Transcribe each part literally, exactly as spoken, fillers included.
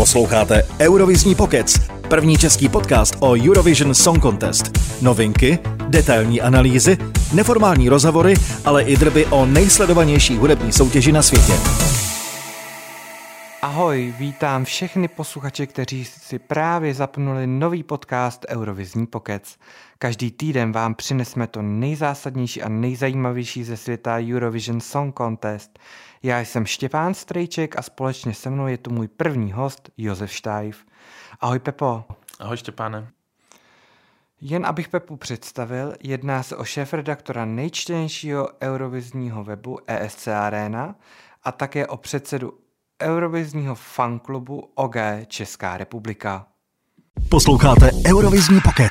Posloucháte Eurovizní pokec, první český podcast o Eurovision Song Contest. Novinky, detailní analýzy, neformální rozhovory, ale i drby o nejsledovanější hudební soutěži na světě. Ahoj, vítám všechny posluchače, kteří si právě zapnuli nový podcast Eurovizní pokec. Každý týden vám přinesme to nejzásadnější a nejzajímavější ze světa Eurovision Song Contest. Já jsem Štěpán Strejček a společně se mnou je tu můj první host Josef Štajf. Ahoj Pepo. Ahoj Štěpáne. Jen abych Pepu představil, jedná se o šéfredaktora nejčtenějšího eurovizního webu E S C Arena a také o předsedu eurovizního fanklubu O G Česká republika. Posloucháte Eurovizní pokec.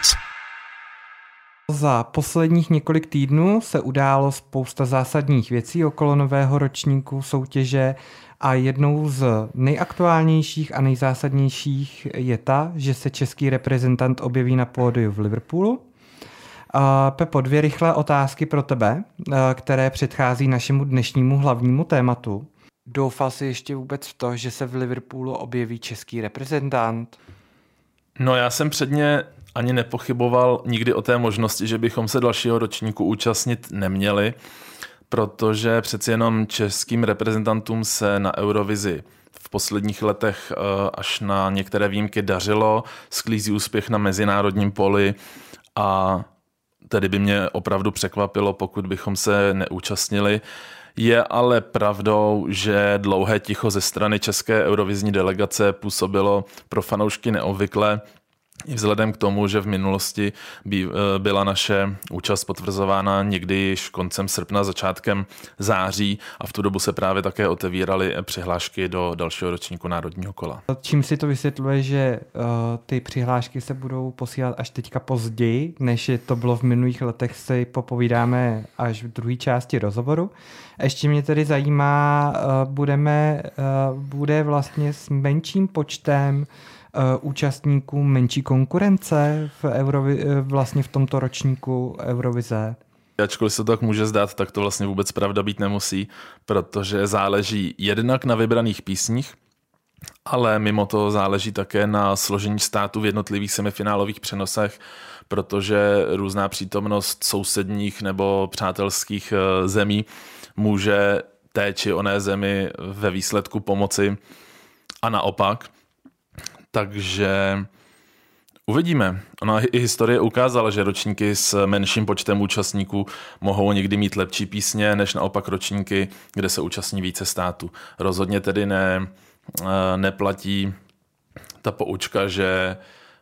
Za posledních několik týdnů se událo spousta zásadních věcí okolo nového ročníku soutěže a jednou z nejaktuálnějších a nejzásadnějších je ta, že se český reprezentant objeví na pódiu v Liverpoolu. Uh, Pepo, dvě rychlé otázky pro tebe, uh, které předchází našemu dnešnímu hlavnímu tématu. Doufal jsi ještě vůbec v to, že se v Liverpoolu objeví český reprezentant? No já jsem předně ani nepochyboval nikdy o té možnosti, že bychom se dalšího ročníku účastnit neměli, protože přeci jenom českým reprezentantům se na Eurovizi v posledních letech až na některé výjimky dařilo, sklízí úspěch na mezinárodním poli a tedy by mě opravdu překvapilo, pokud bychom se neúčastnili. Je ale pravdou, že dlouhé ticho ze strany české eurovizní delegace působilo pro fanoušky neobvykle, i vzhledem k tomu, že v minulosti by byla naše účast potvrzována někdy již koncem srpna, začátkem září a v tu dobu se právě také otevíraly přihlášky do dalšího ročníku národního kola. Čím si to vysvětluje, že uh, ty přihlášky se budou posílat až teďka později, než je to bylo v minulých letech, si popovídáme až v druhé části rozhovoru. Ještě mě tedy zajímá, uh, budeme, uh, bude vlastně s menším počtem účastníků menší konkurence v Eurovi- vlastně v tomto ročníku Eurovize? Ačkoliv se to tak může zdát, tak to vlastně vůbec pravda být nemusí, protože záleží jednak na vybraných písních, ale mimo to záleží také na složení státu v jednotlivých semifinálových přenosech, protože různá přítomnost sousedních nebo přátelských zemí může té či oné zemi ve výsledku pomoci a naopak. Takže uvidíme. Ona i historie ukázala, že ročníky s menším počtem účastníků mohou někdy mít lepší písně, než naopak ročníky, kde se účastní více států. Rozhodně tedy ne, neplatí ta poučka, že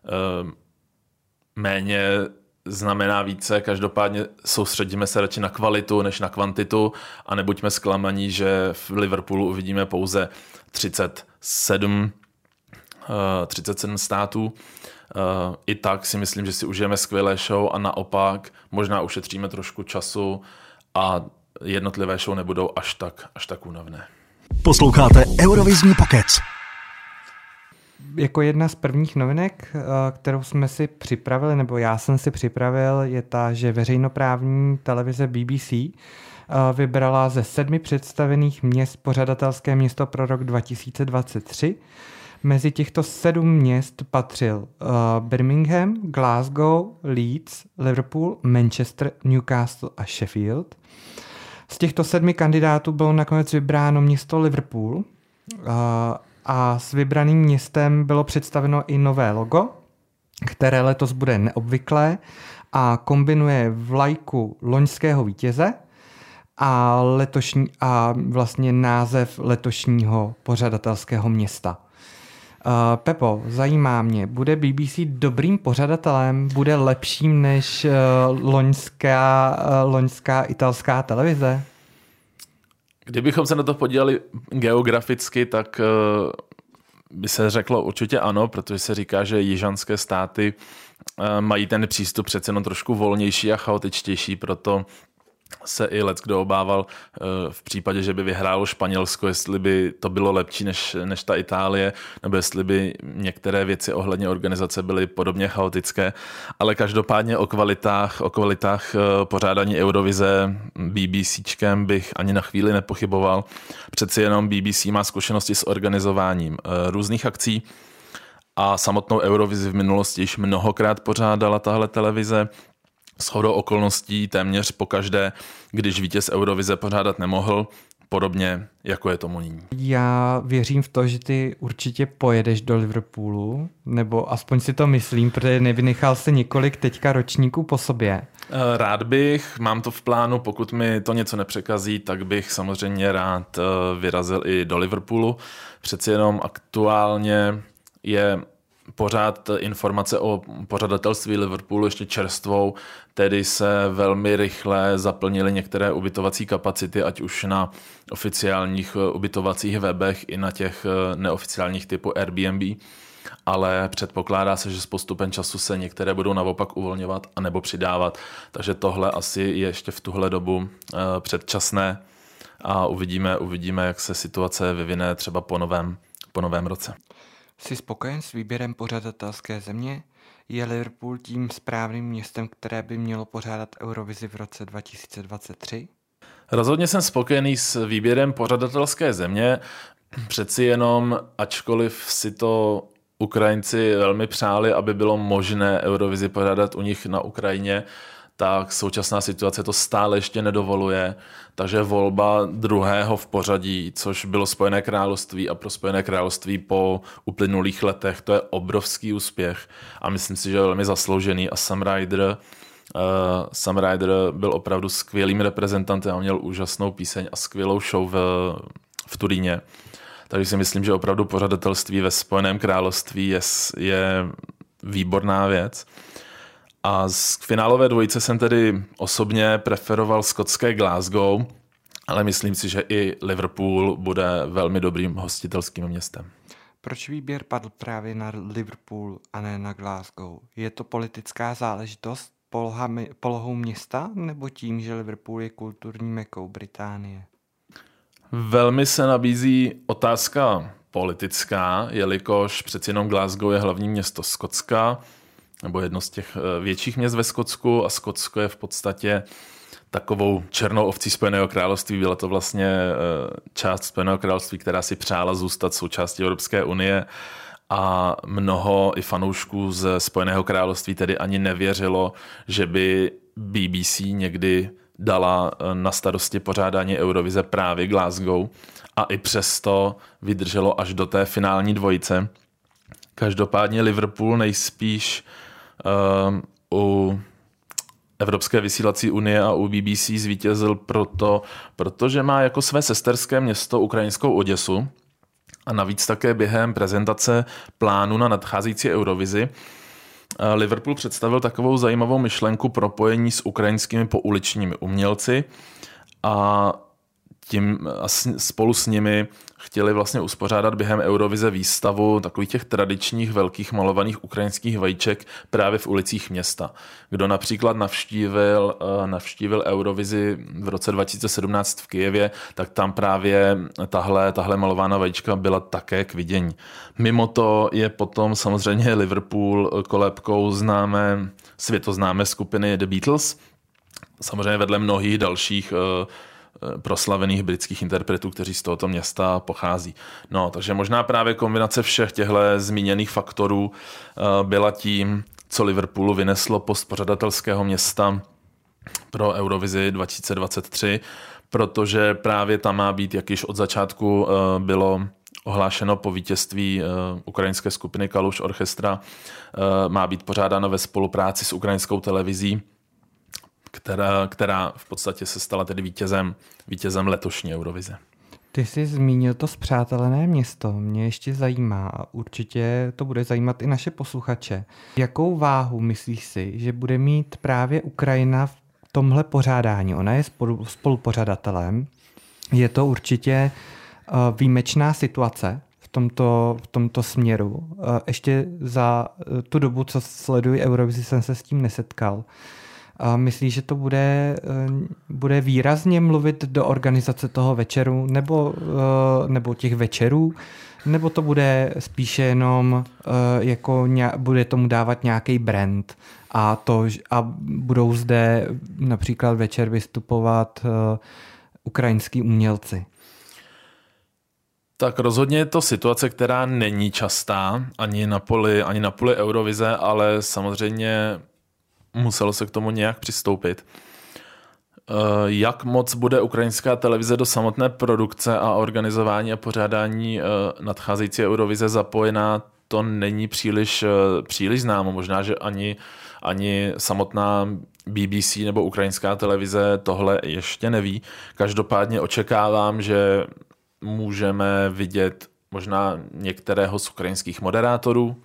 méně znamená více. Každopádně soustředíme se radši na kvalitu, než na kvantitu a nebuďme zklamaní, že v Liverpoolu uvidíme pouze třicet sedm třicet sedm států. I tak si myslím, že si užijeme skvělé show a naopak možná ušetříme trošku času a jednotlivé show nebudou až tak, až tak únavné. Posloucháte Eurovizní pokec. Jako jedna z prvních novinek, kterou jsme si připravili, nebo já jsem si připravil, je ta, že veřejnoprávní televize B B C vybrala ze sedmi představených měst pořadatelské město pro rok dva tisíce dvacet tři. Mezi těchto sedm měst patřil uh, Birmingham, Glasgow, Leeds, Liverpool, Manchester, Newcastle a Sheffield. Z těchto sedmi kandidátů bylo nakonec vybráno město Liverpool uh, a s vybraným městem bylo představeno i nové logo, které letos bude neobvyklé a kombinuje vlajku loňského vítěze a, letošní, a vlastně název letošního pořadatelského města. Uh, Pepo, zajímá mě, bude B B C dobrým pořadatelem, bude lepším než uh, loňská, uh, loňská italská televize? Kdybychom se na to podívali geograficky, tak uh, by se řeklo určitě ano, protože se říká, že jižanské státy uh, mají ten přístup přece jenom trošku volnější a chaotičtější, proto se i leckdo obával v případě, že by vyhrálo Španělsko, jestli by to bylo lepší než, než ta Itálie, nebo jestli by některé věci ohledně organizace byly podobně chaotické. Ale každopádně o kvalitách, o kvalitách pořádání Eurovize BBCčkem bych ani na chvíli nepochyboval. Přeci jenom B B C má zkušenosti s organizováním různých akcí a samotnou Eurovizi v minulosti již mnohokrát pořádala tahle televize. Shodou okolností téměř pokaždé, když vítěz Eurovize pořádat nemohl, podobně jako je tomu nyní. Já věřím v to, že ty určitě pojedeš do Liverpoolu, nebo aspoň si to myslím, protože nevynechal se několik teďka ročníků po sobě. Rád bych, mám to v plánu, pokud mi to něco nepřekazí, tak bych samozřejmě rád vyrazil i do Liverpoolu. Přeci jenom aktuálně je pořád informace o pořadatelství Liverpoolu ještě čerstvou, tedy se velmi rychle zaplnily některé ubytovací kapacity, ať už na oficiálních ubytovacích webech i na těch neoficiálních typu Airbnb, ale předpokládá se, že s postupem času se některé budou naopak uvolňovat anebo přidávat, takže tohle asi je ještě v tuhle dobu předčasné a uvidíme, uvidíme, jak se situace vyvine třeba po novém, po novém roce. Jsi spokojen s výběrem pořadatelské země? Je Liverpool tím správným městem, které by mělo pořádat Eurovizi v roce dva tisíce dvacet tři? Rozhodně jsem spokojený s výběrem pořadatelské země. Přeci jenom, ačkoliv si to Ukrajinci velmi přáli, aby bylo možné Eurovizi pořádat u nich na Ukrajině, tak současná situace to stále ještě nedovoluje. Takže volba druhého v pořadí, což bylo Spojené království a pro Spojené království po uplynulých letech, to je obrovský úspěch a myslím si, že je velmi zasloužený a Sam Ryder, uh, Sam Ryder byl opravdu skvělým reprezentantem a měl úžasnou píseň a skvělou show v, v Turíně. Takže si myslím, že opravdu pořadatelství ve Spojeném království je, je výborná věc. A z finálové dvojice jsem tedy osobně preferoval skotské Glasgow, ale myslím si, že i Liverpool bude velmi dobrým hostitelským městem. Proč výběr padl právě na Liverpool a ne na Glasgow? Je to politická záležitost polohami, polohou města nebo tím, že Liverpool je kulturní mekou Británie? Velmi se nabízí otázka politická, jelikož přeci jenom Glasgow je hlavní město Skotska, nebo jedno z těch větších měst ve Skotsku a Skotsko je v podstatě takovou černou ovcí Spojeného království. Byla to vlastně část Spojeného království, která si přála zůstat součástí Evropské unie a mnoho i fanoušků ze Spojeného království tedy ani nevěřilo, že by B B C někdy dala na starosti pořádání Eurovize právě Glasgow a i přesto vydrželo až do té finální dvojice. Každopádně Liverpool nejspíš uh, u Evropské vysílací unie a u B B C zvítězil proto, protože má jako své sesterské město ukrajinskou Oděsu a navíc také během prezentace plánu na nadcházející Eurovizi Liverpool představil takovou zajímavou myšlenku propojení s ukrajinskými pouličními umělci a tím a spolu s nimi chtěli vlastně uspořádat během Eurovize výstavu takových těch tradičních velkých malovaných ukrajinských vajíček právě v ulicích města. Kdo například navštívil, navštívil Eurovizi v roce dva tisíce sedmnáct v Kyjevě, tak tam právě tahle, tahle malovaná vajíčka byla také k vidění. Mimo to je potom samozřejmě Liverpool kolébkou známé, světoznámé skupiny The Beatles, samozřejmě vedle mnohých dalších proslavených britských interpretů, kteří z tohoto města pochází. No, takže možná právě kombinace všech těchto zmíněných faktorů byla tím, co Liverpoolu vyneslo post pořadatelského města pro Eurovizi dva tisíce dvacet tři, protože právě tam má být, jak již od začátku bylo ohlášeno po vítězství ukrajinské skupiny Kalush Orchestra, má být pořádáno ve spolupráci s ukrajinskou televizí, Která, která v podstatě se stala tedy vítězem, vítězem letošní Eurovize. Ty jsi zmínil to spřátelené město. Mě ještě zajímá a určitě to bude zajímat i naše posluchače. Jakou váhu myslíš si, že bude mít právě Ukrajina v tomhle pořádání? Ona je spolu, spolupořadatelem. Je to určitě uh, výjimečná situace v tomto, v tomto směru. Uh, ještě za tu dobu, co sleduji Eurovizi, jsem se s tím nesetkal. Myslíš, že to bude, bude výrazně mluvit do organizace toho večeru nebo, nebo těch večerů? Nebo to bude spíše jenom jako bude tomu dávat nějaký brand a, to, a budou zde například večer vystupovat ukrajinský umělci? Tak rozhodně je to situace, která není častá ani na poli, ani na poli Eurovize, ale samozřejmě muselo se k tomu nějak přistoupit. Jak moc bude ukrajinská televize do samotné produkce a organizování a pořádání nadcházející Eurovize zapojená, to není příliš, příliš známo. Možná, že ani, ani samotná B B C nebo ukrajinská televize tohle ještě neví. Každopádně očekávám, že můžeme vidět možná některého z ukrajinských moderátorů.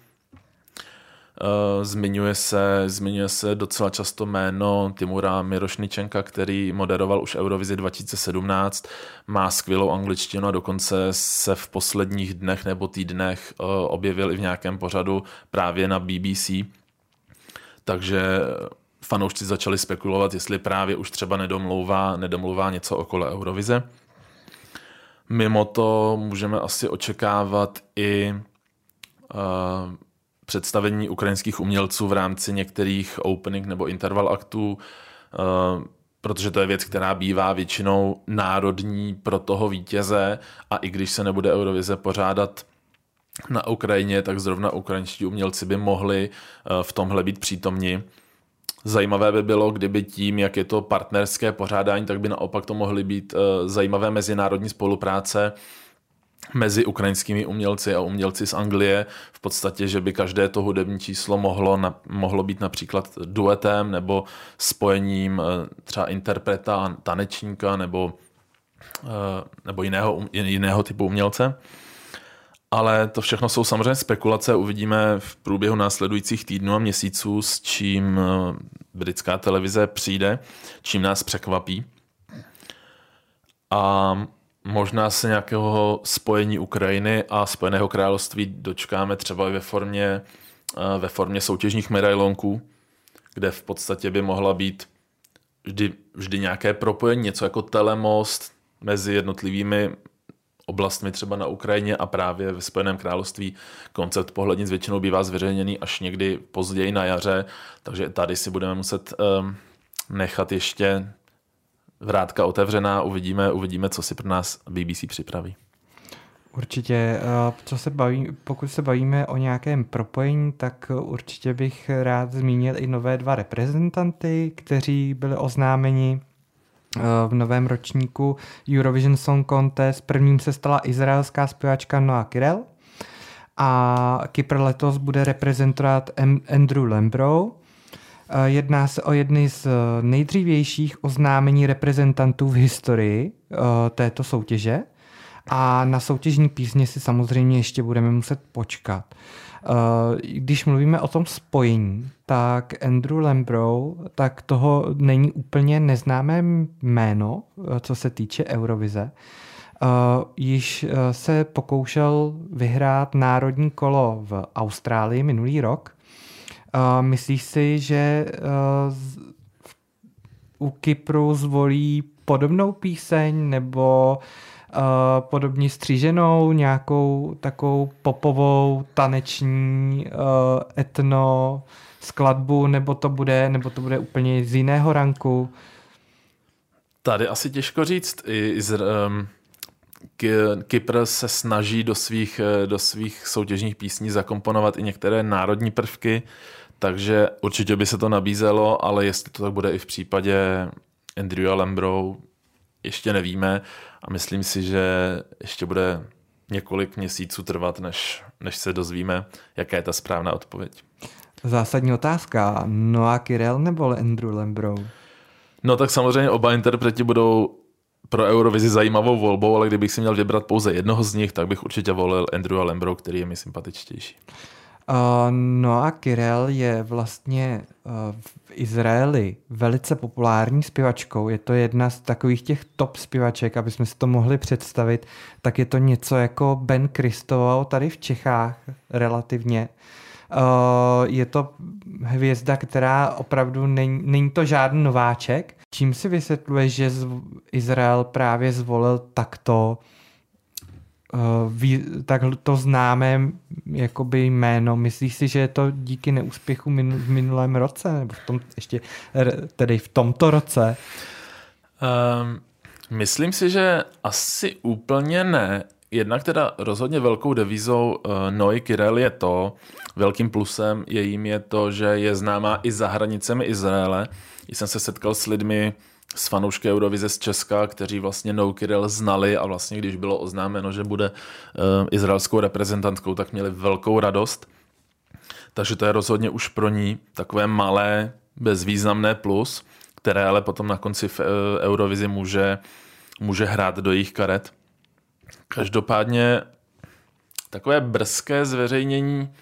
Zmiňuje se, zmiňuje se docela často jméno Timura Mirošničenka, který moderoval už Eurovizi dva tisíce sedmnáct, má skvělou angličtinu a dokonce se v posledních dnech nebo týdnech objevil i v nějakém pořadu právě na B B C. Takže fanoušci začali spekulovat, jestli právě už třeba nedomlouvá, nedomlouvá něco okolo Eurovize. Mimo to můžeme asi očekávat i uh, představení ukrajinských umělců v rámci některých opening nebo interval aktů, uh, protože to je věc, která bývá většinou národní pro toho vítěze a i když se nebude Eurovize pořádat na Ukrajině, tak zrovna ukrajinští umělci by mohli uh, v tomhle být přítomni. Zajímavé by bylo, kdyby tím, jak je to partnerské pořádání, tak by naopak to mohly být zajímavé mezinárodní spolupráce mezi ukrajinskými umělci a umělci z Anglie. V podstatě, že by každé to hudební číslo mohlo, na, mohlo být například duetem nebo spojením třeba interpreta a tanečníka nebo, nebo jiného, jiného typu umělce. Ale to všechno jsou samozřejmě spekulace, uvidíme v průběhu následujících týdnů a měsíců, s čím britská televize přijde, čím nás překvapí. A možná se nějakého spojení Ukrajiny a Spojeného království dočkáme třeba ve formě, ve formě soutěžních medailonků, kde v podstatě by mohla být vždy, vždy nějaké propojení, něco jako telemost mezi jednotlivými oblastmi třeba na Ukrajině a právě ve Spojeném království. Koncept pohlednic většinou bývá zveřejněný až někdy později na jaře, takže tady si budeme muset um, nechat ještě vrátka otevřená, uvidíme, uvidíme, co si pro nás B B C připraví. Určitě, co se baví, pokud se bavíme o nějakém propojení, tak určitě bych rád zmínil i nové dva reprezentanty, kteří byli oznámeni v novém ročníku Eurovision Song Contest. Prvním se stala izraelská zpěvačka Noa Kirel a Kypr letos bude reprezentovat Andrew Lembrow. Jedná se o jedny z nejdřívějších oznámení reprezentantů v historii této soutěže a na soutěžní písně si samozřejmě ještě budeme muset počkat. Když mluvíme o tom spojení, tak Andrew Lembrow, tak toho není úplně neznámé jméno, co se týče Eurovize. Již se pokoušel vyhrát národní kolo v Austrálii minulý rok. Myslíš si, že u Kypru zvolí podobnou píseň nebo Uh, podobně stříženou, nějakou takovou popovou, taneční, uh, etno skladbu, nebo to bude, nebo to bude úplně z jiného ranku? Tady asi těžko říct. I z, um, Kypr se snaží do svých, do svých soutěžních písní zakomponovat i některé národní prvky, takže určitě by se to nabízelo, ale jestli to tak bude i v případě Andrewa Lembrow, ještě nevíme a myslím si, že ještě bude několik měsíců trvat, než, než se dozvíme, jaká je ta správná odpověď. Zásadní otázka. Noa Kirel nebo Andrew Lembrow? No tak samozřejmě oba interpreti budou pro Eurovizi zajímavou volbou, ale kdybych si měl vybrat pouze jednoho z nich, tak bych určitě volil Andrewa Lembrow, který je mi sympatičtější. Uh, Noa Kirel je vlastně uh, v Izraeli velice populární zpěvačkou. Je to jedna z takových těch top zpěvaček, aby jsme si to mohli představit. Tak je to něco jako Ben Christoval tady v Čechách relativně. je to hvězda, která opravdu není, není to žádný nováček. Čím si vysvětluje, že Izrael právě zvolil takto tak to známé jakoby jméno? Myslíš si, že je to díky neúspěchu v minulém roce? Nebo v tom, ještě tedy v tomto roce? Um, myslím si, že asi úplně ne. Jednak teda rozhodně velkou devizou uh, Noy Kirel je to, velkým plusem jejím je to, že je známá i za hranicemi Izraele. Jsem se setkal s lidmi, s fanoušky Eurovize z Česka, kteří vlastně Noy Kirel znali a vlastně když bylo oznámeno, že bude uh, izraelskou reprezentantkou, tak měli velkou radost. Takže to je rozhodně už pro ní takové malé, bezvýznamné plus, které ale potom na konci v uh, Eurovizi může, může hrát do jejich karet. Každopádně takové brzké zveřejnění uh,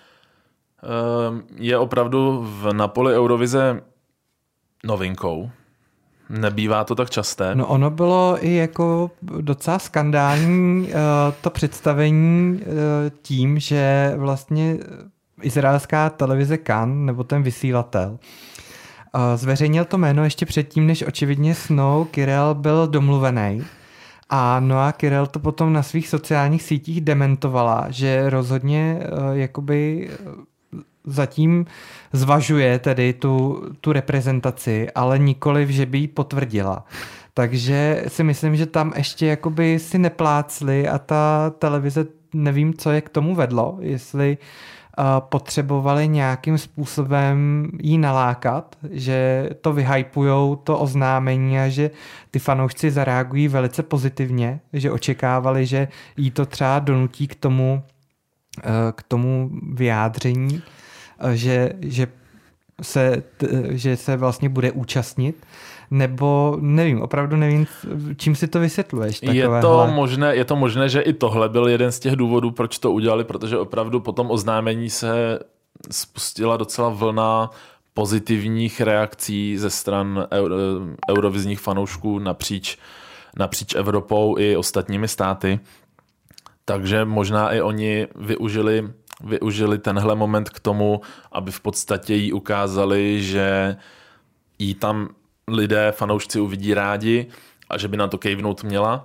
je opravdu v na poli Eurovize novinkou. Nebývá to tak časté. No ono bylo i jako docela skandální uh, to představení uh, tím, že vlastně izraelská televize Kan, nebo ten vysílatel, uh, zveřejnil to jméno ještě předtím, než očividně s Noy Kirel byl domluvený. A Noa Kirel to potom na svých sociálních sítích dementovala, že rozhodně uh, jakoby zatím zvažuje tedy tu, tu reprezentaci, ale nikoliv, že by ji potvrdila. Takže si myslím, že tam ještě jakoby si neplácli a ta televize, nevím, co je k tomu vedlo, jestli uh, potřebovali nějakým způsobem jí nalákat, že to vyhypujou, to oznámení a že ty fanoušci zareagují velice pozitivně, že očekávali, že jí to třeba donutí k tomu, uh, k tomu vyjádření, Že, že, se, že se vlastně bude účastnit, nebo nevím, opravdu nevím, čím si to vysvětluješ. Je to, možné, je to možné, že i tohle byl jeden z těch důvodů, proč to udělali, protože opravdu po tom oznámení se spustila docela vlna pozitivních reakcí ze stran euro, eurovizních fanoušků napříč, napříč Evropou i ostatními státy. Takže možná i oni využili využili tenhle moment k tomu, aby v podstatě jí ukázali, že jí tam lidé, fanoušci uvidí rádi a že by na to kejvnout měla.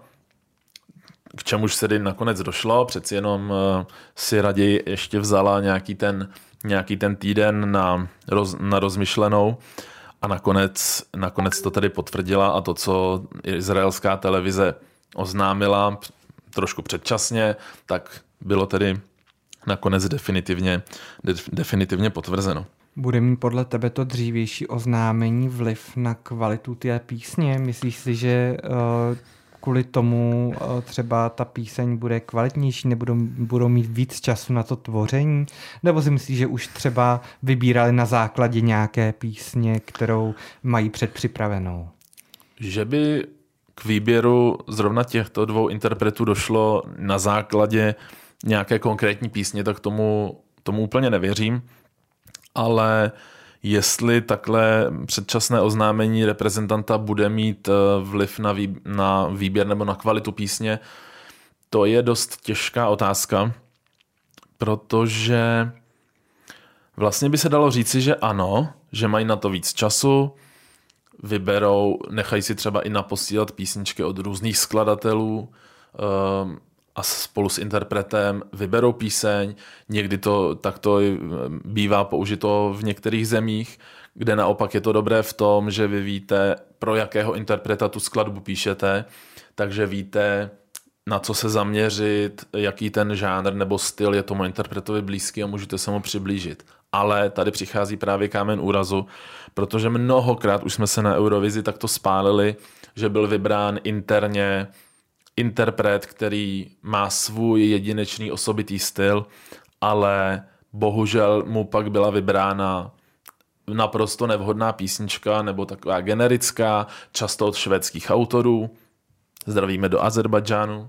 K čemuž se nakonec došlo, přeci jenom si raději ještě vzala nějaký ten, nějaký ten týden na, roz, na rozmyšlenou a nakonec, nakonec to tedy potvrdila a to, co izraelská televize oznámila trošku předčasně, tak bylo tedy nakonec definitivně, definitivně potvrzeno. Bude mít podle tebe to dřívější oznámení vliv na kvalitu té písně? Myslíš si, že uh, kvůli tomu uh, třeba ta píseň bude kvalitnější, nebo budou mít víc času na to tvoření? Nebo si myslíš, že už třeba vybírali na základě nějaké písně, kterou mají předpřipravenou? Že by k výběru zrovna těchto dvou interpretů došlo na základě nějaké konkrétní písně, tak tomu, tomu úplně nevěřím. Ale jestli takhle předčasné oznámení reprezentanta bude mít vliv na, vý, na výběr nebo na kvalitu písně, to je dost těžká otázka, protože vlastně by se dalo říci, že ano, že mají na to víc času, vyberou, nechají si třeba i naposílat písničky od různých skladatelů, um, a spolu s interpretem vyberou píseň. Někdy to takto bývá použito v některých zemích, kde naopak je to dobré v tom, že vy víte, pro jakého interpreta tu skladbu píšete, takže víte, na co se zaměřit, jaký ten žánr nebo styl je tomu interpretovi blízký a můžete se mu přiblížit. Ale tady přichází právě kámen úrazu, protože mnohokrát už jsme se na Eurovizi takto spálili, že byl vybrán interně interpret, který má svůj jedinečný osobitý styl, ale bohužel mu pak byla vybrána naprosto nevhodná písnička nebo taková generická, často od švédských autorů. Zdravíme do Azerbajdžánu.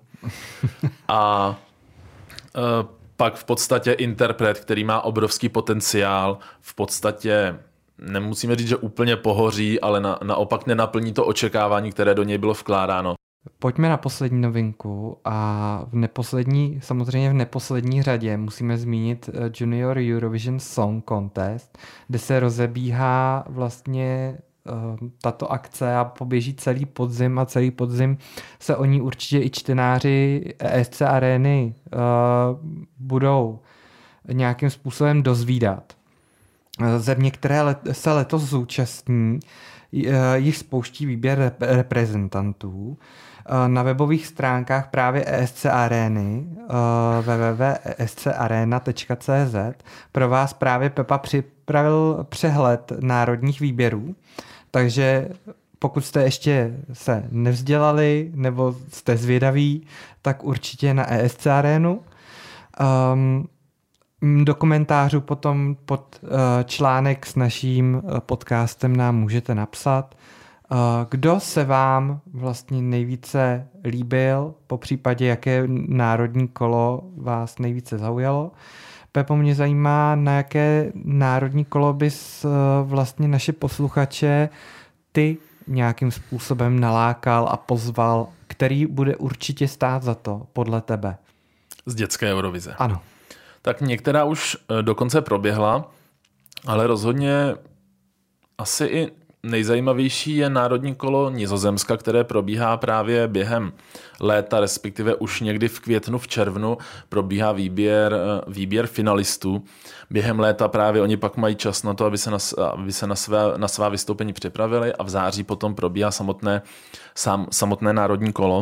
A e, pak v podstatě interpret, který má obrovský potenciál, v podstatě nemusíme říct, že úplně pohoří, ale na, naopak nenaplní to očekávání, které do něj bylo vkládáno. Pojďme na poslední novinku a v neposlední, samozřejmě v neposlední řadě musíme zmínit Junior Eurovision Song Contest, kde se rozebíhá vlastně uh, tato akce a poběží celý podzim a celý podzim se o ní určitě i čtenáři E S C Areny uh, budou nějakým způsobem dozvídat. Země, které let, se letos zúčastní, jich spouští výběr reprezentantů. Na webových stránkách právě E S C Areny w w w tečka e s c arena tečka c z pro vás právě Pepa připravil přehled národních výběrů, takže pokud jste ještě se nevzdělali nebo jste zvědaví, tak určitě na E S C Arenu. Um, Do komentářů potom pod uh, článek s naším uh, podcastem nám můžete napsat, uh, kdo se vám vlastně nejvíce líbil, po případě jaké národní kolo vás nejvíce zaujalo. Pepo, mě zajímá, na jaké národní kolo bys uh, vlastně naše posluchače ty nějakým způsobem nalákal a pozval, který bude určitě stát za to podle tebe. Z dětské Eurovize. Ano. Tak některá už dokonce proběhla, ale rozhodně asi i nejzajímavější je národní kolo Nizozemska, které probíhá právě během léta, respektive už někdy v květnu, v červnu probíhá výběr, výběr finalistů. Během léta právě oni pak mají čas na to, aby se na, aby se na, své, na svá vystoupení připravili a v září potom probíhá samotné, sam, samotné národní kolo.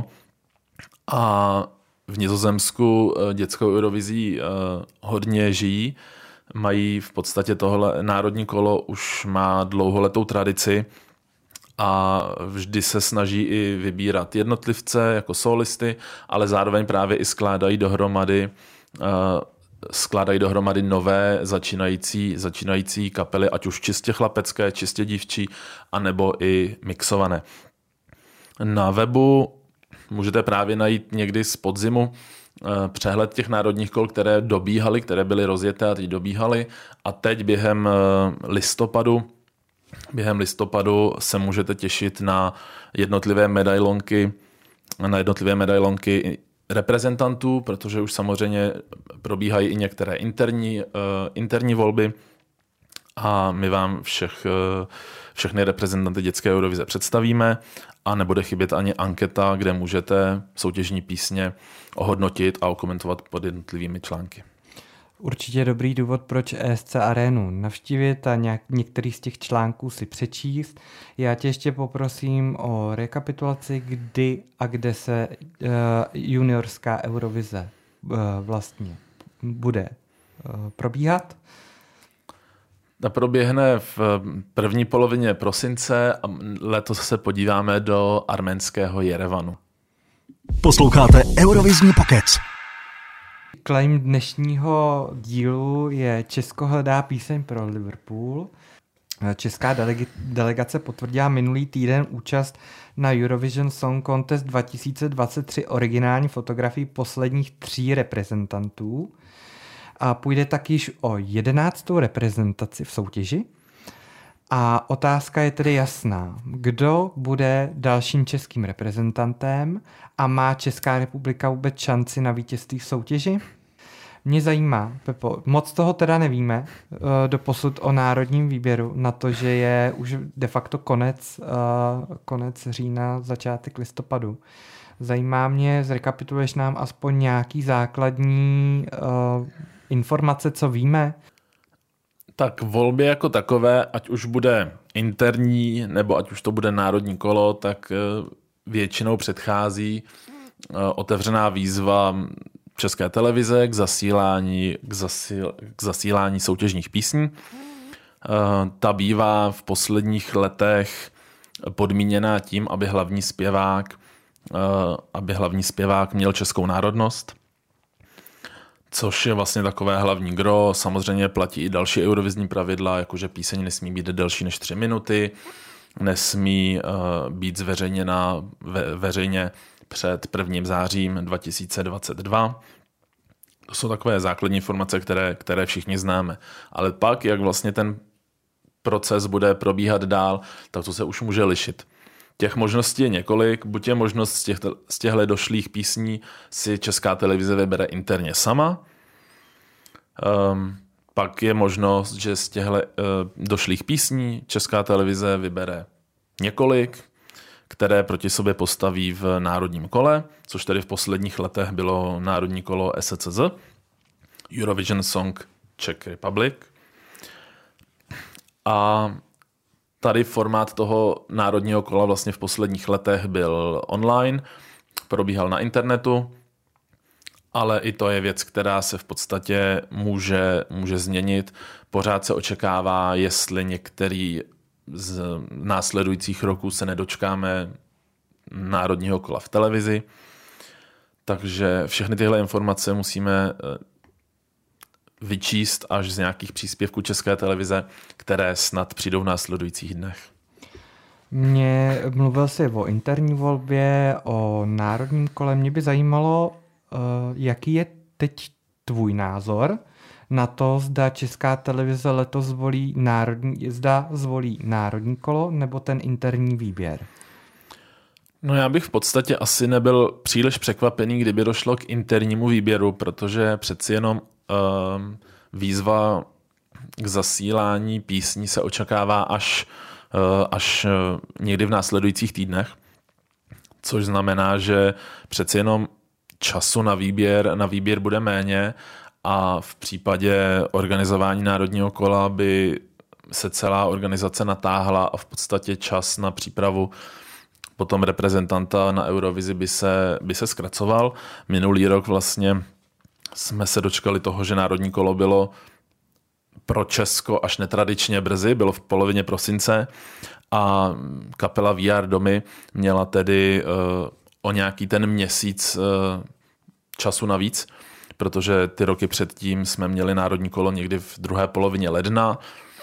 A v Nizozemsku dětskou Eurovizí hodně žijí. Mají v podstatě tohle národní kolo už má dlouholetou tradici a vždy se snaží i vybírat jednotlivce jako solisty, ale zároveň právě i skládají dohromady skládají dohromady nové začínající, začínající kapely, ať už čistě chlapecké, čistě dívčí, anebo i mixované. Na webu můžete právě najít někdy z podzimu přehled těch národních kol, které dobíhaly, které byly rozjeté a teď dobíhaly. A teď během listopadu, během listopadu se můžete těšit na jednotlivé medailonky, na jednotlivé medailonky reprezentantů, protože už samozřejmě probíhají i některé interní, interní volby a my vám všech, všechny reprezentanty dětské Eurovize představíme a nebude chybět ani anketa, kde můžete soutěžní písně ohodnotit a okomentovat pod jednotlivými články. Určitě dobrý důvod, proč E S C Arenu navštívit a nějak, některý z těch článků si přečíst. Já tě ještě poprosím o rekapitulaci, kdy a kde se uh, juniorská Eurovize uh, vlastně bude uh, probíhat. Ta proběhne v první polovině prosince a letos se podíváme do arménského Jerevanu. Posloucháte Eurovizní pokec. Claim dnešního dílu je Česko hledá píseň pro Liverpool. Česká delega- delegace potvrdila minulý týden účast na Eurovision Song Contest dva tisíce dvacet tři originální fotografii posledních tří reprezentantů. A půjde tak již o jedenáctou reprezentaci v soutěži. A otázka je tedy jasná. Kdo bude dalším českým reprezentantem a má Česká republika vůbec šanci na vítězství v soutěži? Mě zajímá, Pepo, moc toho teda nevíme doposud o národním výběru, na to, že je už de facto konec, konec října, začátek listopadu. Zajímá mě, zrekapituluješ nám aspoň nějaký základní uh, informace, co víme? Tak volby jako takové, ať už bude interní, nebo ať už to bude národní kolo, tak většinou předchází otevřená výzva České televize k zasílání, k zasíl, k zasílání soutěžních písní. Ta bývá v posledních letech podmíněná tím, aby hlavní zpěvák, aby hlavní zpěvák měl českou národnost, což je vlastně takové hlavní gro. Samozřejmě platí i další eurovizní pravidla, jakože píseň nesmí být delší než tři minuty, nesmí uh, být zveřejněna ve, veřejně před prvním zářím dva tisíce dvacet dva. To jsou takové základní informace, které, které všichni známe. Ale pak, jak vlastně ten proces bude probíhat dál, tak to se už může lišit. Těch možností je několik, buď je možnost z, těch, z těchto došlých písní si Česká televize vybere interně sama, um, pak je možnost, že z těchto uh, došlých písní Česká televize vybere několik, které proti sobě postaví v národním kole, což tedy v posledních letech bylo národní kolo S C Z, Eurovision Song Czech Republic. A tady formát toho národního kola vlastně v posledních letech byl online, probíhal na internetu, ale i to je věc, která se v podstatě může, může změnit. Pořád se očekává, jestli některý z následujících roků se nedočkáme národního kola v televizi. Takže všechny tyhle informace musíme vyčíst až z nějakých příspěvků České televize, které snad přijdou v následujících dnech. Mě mluvil jsi o interní volbě, o národním kole. Mě by zajímalo, jaký je teď tvůj názor na to, zda Česká televize letos zvolí národní, zda zvolí národní kolo nebo ten interní výběr. No já bych v podstatě asi nebyl příliš překvapený, kdyby došlo k internímu výběru, protože přeci jenom um, výzva k zasílání písní se očekává až, uh, až uh, někdy v následujících týdnech, což znamená, že přeci jenom času na výběr, na výběr bude méně a v případě organizování národního kola by se celá organizace natáhla a v podstatě čas na přípravu potom reprezentanta na Eurovizi by se, by se zkracoval. Minulý rok vlastně jsme se dočkali toho, že národní kolo bylo pro Česko až netradičně brzy, bylo v polovině prosince a kapela V R Domy měla tedy uh, o nějaký ten měsíc uh, času navíc, protože ty roky předtím jsme měli národní kolo někdy v druhé polovině ledna,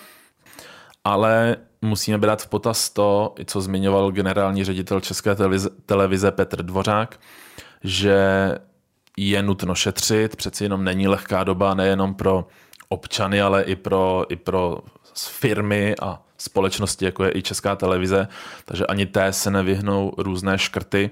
ale musíme brát v potaz to, co zmiňoval generální ředitel České televize, televize Petr Dvořák, že je nutno šetřit, přeci jenom není lehká doba nejenom pro občany, ale i pro, i pro firmy a společnosti, jako je i Česká televize, takže ani té se nevyhnou různé škrty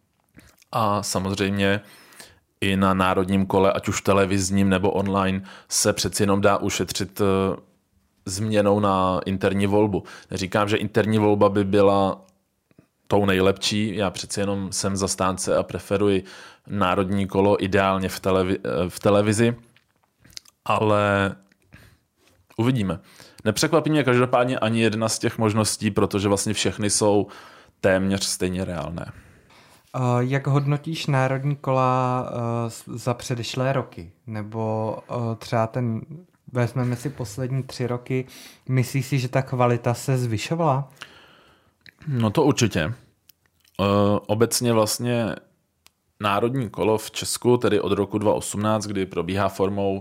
a samozřejmě i na národním kole, ať už televizním nebo online, se přeci jenom dá ušetřit změnou na interní volbu. Neříkám, že interní volba by byla tou nejlepší, já přeci jenom jsem zastánce a preferuji národní kolo ideálně v, televi- v televizi, ale uvidíme. Nepřekvapí mě každopádně ani jedna z těch možností, protože vlastně všechny jsou téměř stejně reálné. Jak hodnotíš národní kola za předešlé roky? Nebo třeba ten, vezmeme si poslední tři roky, myslíš si, že ta kvalita se zvyšovala? No to určitě. Obecně vlastně národní kolo v Česku, tedy od roku dva tisíce osmnáct, kdy probíhá formou,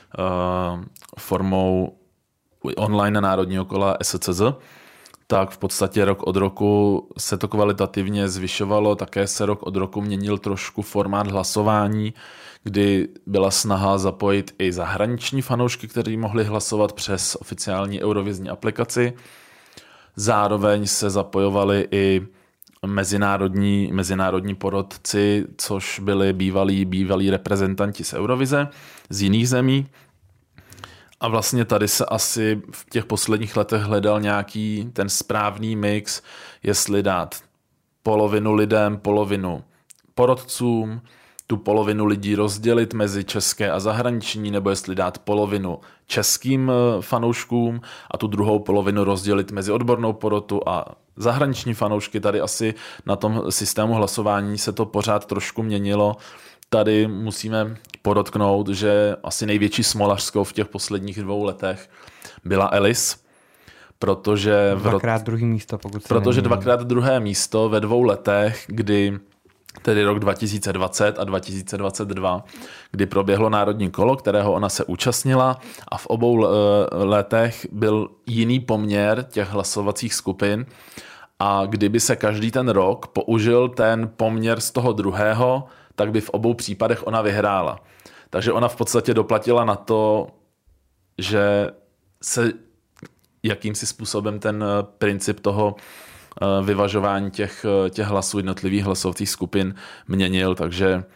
formou online národního kola S C Z, tak v podstatě rok od roku se to kvalitativně zvyšovalo, také se rok od roku měnil trošku formát hlasování, kdy byla snaha zapojit i zahraniční fanoušky, kteří mohli hlasovat přes oficiální eurovizní aplikaci. Zároveň se zapojovali i mezinárodní, mezinárodní porotci, což byli bývalí, bývalí reprezentanti z Eurovize z jiných zemí. A vlastně tady se asi v těch posledních letech hledal nějaký ten správný mix, jestli dát polovinu lidem, polovinu porotcům, tu polovinu lidí rozdělit mezi české a zahraniční, nebo jestli dát polovinu českým fanouškům a tu druhou polovinu rozdělit mezi odbornou porotu a zahraniční fanoušky. Tady asi na tom systému hlasování se to pořád trošku měnilo. Tady musíme podotknout, že asi největší smolařskou v těch posledních dvou letech byla Alice, protože... Dvakrát druhé místo, pokud se Protože nemýlím. dvakrát druhé místo ve dvou letech, kdy tedy rok dva tisíce dvacet a dva tisíce dvacet dva, kdy proběhlo národní kolo, kterého ona se účastnila a v obou letech byl jiný poměr těch hlasovacích skupin a kdyby se každý ten rok použil ten poměr z toho druhého, tak by v obou případech ona vyhrála. Takže ona v podstatě doplatila na to, že se jakýmsi způsobem ten princip toho vyvažování těch, těch hlasů jednotlivých hlasových skupin měnil, takže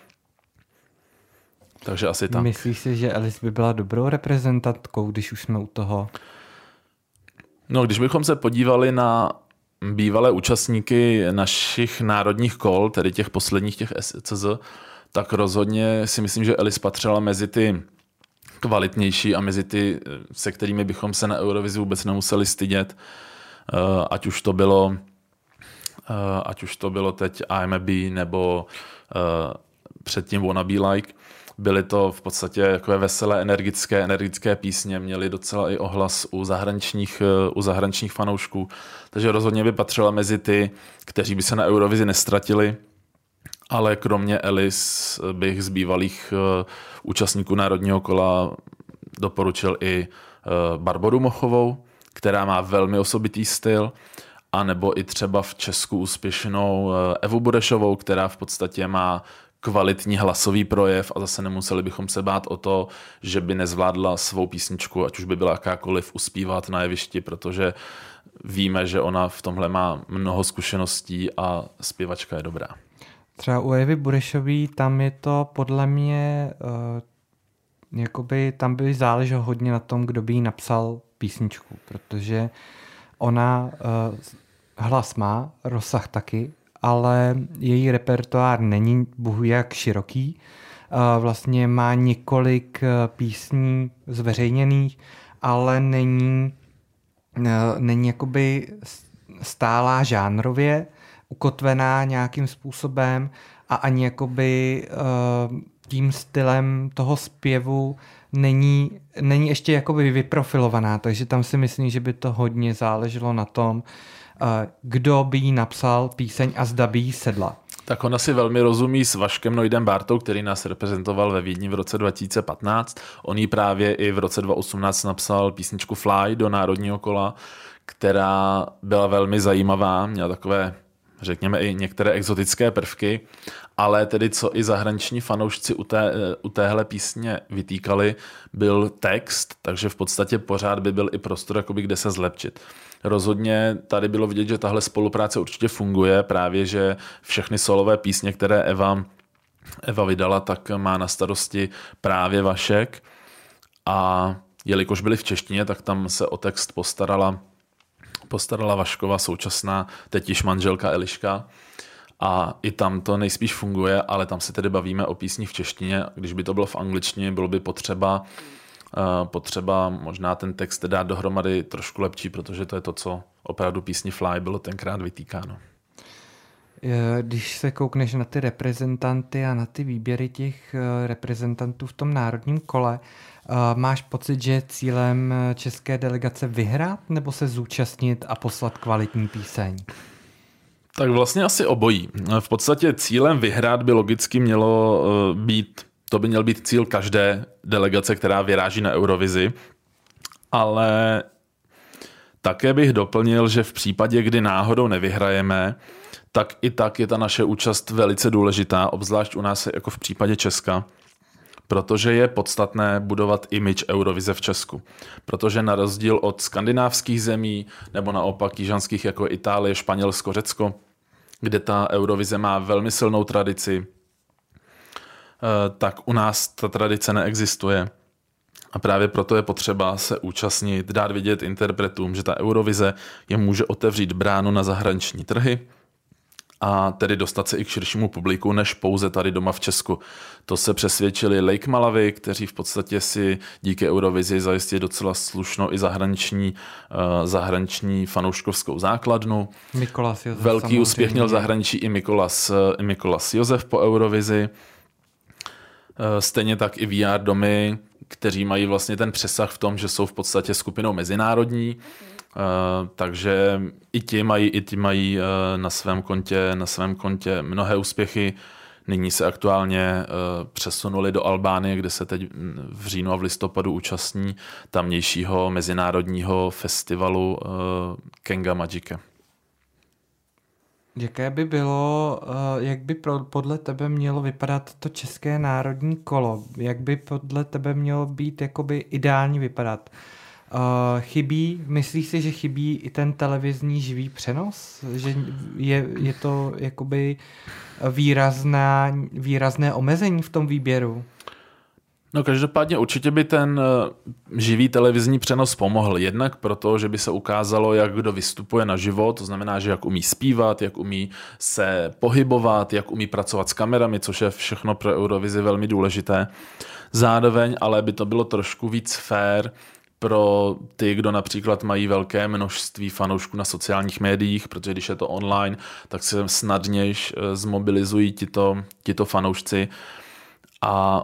takže asi tak. Myslíš si, že Alice by byla dobrou reprezentantkou, když už jsme u toho? No, když bychom se podívali na bývalé účastníky našich národních kol, tedy těch posledních těch S C Z, tak rozhodně si myslím, že Alice patřila mezi ty kvalitnější a mezi ty, se kterými bychom se na Eurovizi vůbec nemuseli stydět. Ať už to bylo, ať už to bylo teď I'm a Bee nebo předtím Wanna Be Like. Byly to v podstatě takové veselé, energické, energické písně, měly docela i ohlas u zahraničních, u zahraničních fanoušků. Takže rozhodně by patřila mezi ty, kteří by se na Eurovizi nestratili, ale kromě Alice bych z bývalých účastníků národního kola doporučil i Barboru Mochovou, která má velmi osobitý styl, a nebo i třeba v Česku úspěšnou Evu Burešovou, která v podstatě má kvalitní hlasový projev a zase nemuseli bychom se bát o to, že by nezvládla svou písničku, ať už by byla jakákoliv, uspívat na jevišti, protože víme, že ona v tomhle má mnoho zkušeností a zpěvačka je dobrá. Třeba u Evy Burešový tam je to podle mě uh, jakoby tam by záleželo hodně na tom, kdo by jí napsal písničku, protože ona uh, hlas má, rozsah taky, ale její repertoár není bohu jak široký. Vlastně má několik písní zveřejněných, ale není, není jakoby stálá žánrově, ukotvená nějakým způsobem a ani jakoby tím stylem toho zpěvu není, není ještě jakoby vyprofilovaná, takže tam si myslím, že by to hodně záleželo na tom, kdo by jí napsal píseň a zda by jí sedla. Tak ona si velmi rozumí s Vaškem Nojdem Bártou, který nás reprezentoval ve Vídni v roce dva tisíce patnáct. On jí právě i v roce dva tisíce osmnáct napsal písničku Fly do národního kola, která byla velmi zajímavá, měla takové, řekněme, i některé exotické prvky, ale tedy co i zahraniční fanoušci u, té, u téhle písně vytýkali, byl text, takže v podstatě pořád by byl i prostor, jakoby, kde se zlepšit. Rozhodně tady bylo vidět, že tahle spolupráce určitě funguje, právě že všechny solové písně, které Eva, Eva vydala, tak má na starosti právě Vašek, a jelikož byly v češtině, tak tam se o text postarala, postarala Vaškova současná, teď již manželka Eliška, a i tam to nejspíš funguje, ale tam se tedy bavíme o písních v češtině. Když by to bylo v angličtině, bylo by potřeba potřeba možná ten text dát dohromady trošku lepší, protože to je to, co opravdu písni Fly bylo tenkrát vytýkáno. Když se koukneš na ty reprezentanty a na ty výběry těch reprezentantů v tom národním kole, máš pocit, že cílem české delegace vyhrát nebo se zúčastnit a poslat kvalitní píseň? Tak vlastně asi obojí. V podstatě cílem vyhrát by logicky mělo být To by měl být cíl každé delegace, která vyráží na Eurovizi, ale také bych doplnil, že v případě, kdy náhodou nevyhrajeme, tak i tak je ta naše účast velice důležitá, obzvlášť u nás jako v případě Česka, protože je podstatné budovat image Eurovize v Česku. Protože na rozdíl od skandinávských zemí nebo naopak jižanských jako Itálie, Španělsko, Řecko, kde ta Eurovize má velmi silnou tradici, tak u nás ta tradice neexistuje. A právě proto je potřeba se účastnit, dát vidět interpretům, že ta Eurovize je může otevřít bránu na zahraniční trhy a tedy dostat se i k širšímu publiku, než pouze tady doma v Česku. To se přesvědčili Lake Malawi, kteří v podstatě si díky Eurovizi zajistili docela slušnou i zahraniční, uh, zahraniční fanouškovskou základnu. Mikolas Josef. Velký úspěch měl v zahraničí i Mikolas, i Mikolas Josef po Eurovizi. Stejně tak i V R domy, kteří mají vlastně ten přesah v tom, že jsou v podstatě skupinou mezinárodní, takže i ti mají, i ti mají na svém kontě, na svém kontě mnohé úspěchy. Nyní se aktuálně přesunuli do Albánie, kde se teď v říjnu a v listopadu účastní tamnějšího mezinárodního festivalu Kenga Magica. Jaké by bylo, jak by podle tebe mělo vypadat to české národní kolo? Jak by podle tebe mělo být jakoby ideálně vypadat? Uh, chybí, myslíš si, že chybí i ten televizní živý přenos? Že je, je to jakoby výrazná, výrazné omezení v tom výběru? No každopádně určitě by ten živý televizní přenos pomohl. Jednak proto, že by se ukázalo, jak kdo vystupuje naživo, to znamená, že jak umí zpívat, jak umí se pohybovat, jak umí pracovat s kamerami, což je všechno pro Eurovizi velmi důležité. Zároveň ale by to bylo trošku víc fair pro ty, kdo například mají velké množství fanoušků na sociálních médiích, protože když je to online, tak se snadnějš zmobilizují tito, tito fanoušci a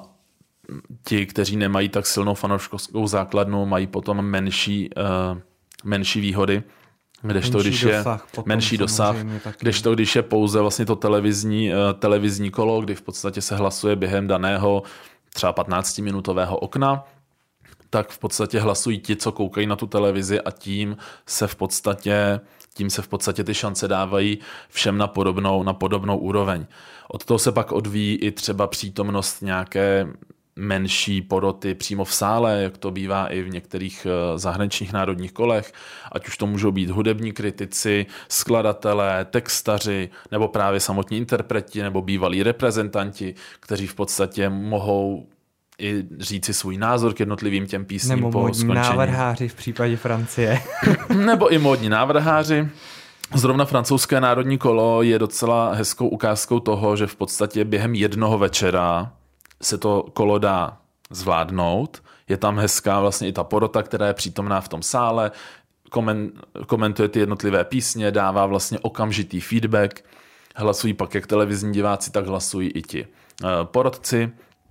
ti, kteří nemají tak silnou fanouškovskou základnu, mají potom menší, uh, menší výhody, kdežto když je menší dosah, kdežto když je pouze vlastně to televizní, uh, televizní kolo, kdy v podstatě se hlasuje během daného třeba patnáctiminutového okna, tak v podstatě hlasují ti, co koukají na tu televizi a tím se v podstatě, tím se v podstatě ty šance dávají všem na podobnou, na podobnou úroveň. Od toho se pak odvíjí i třeba přítomnost nějaké menší poroty přímo v sále, jak to bývá i v některých zahraničních národních kolech, ať už to můžou být hudební kritici, skladatelé, textaři, nebo právě samotní interpreti, nebo bývalí reprezentanti, kteří v podstatě mohou i říci svůj názor k jednotlivým těm písním nebo po skončení. Nebo návrháři v případě Francie. Nebo i módní návrháři. Zrovna francouzské národní kolo je docela hezkou ukázkou toho, že v podstatě během jednoho večera se to kolo dá zvládnout. Je tam hezká vlastně i ta porota, která je přítomná v tom sále, komen, komentuje ty jednotlivé písně, dává vlastně okamžitý feedback. Hlasují pak jak televizní diváci, tak hlasují i ti porotci,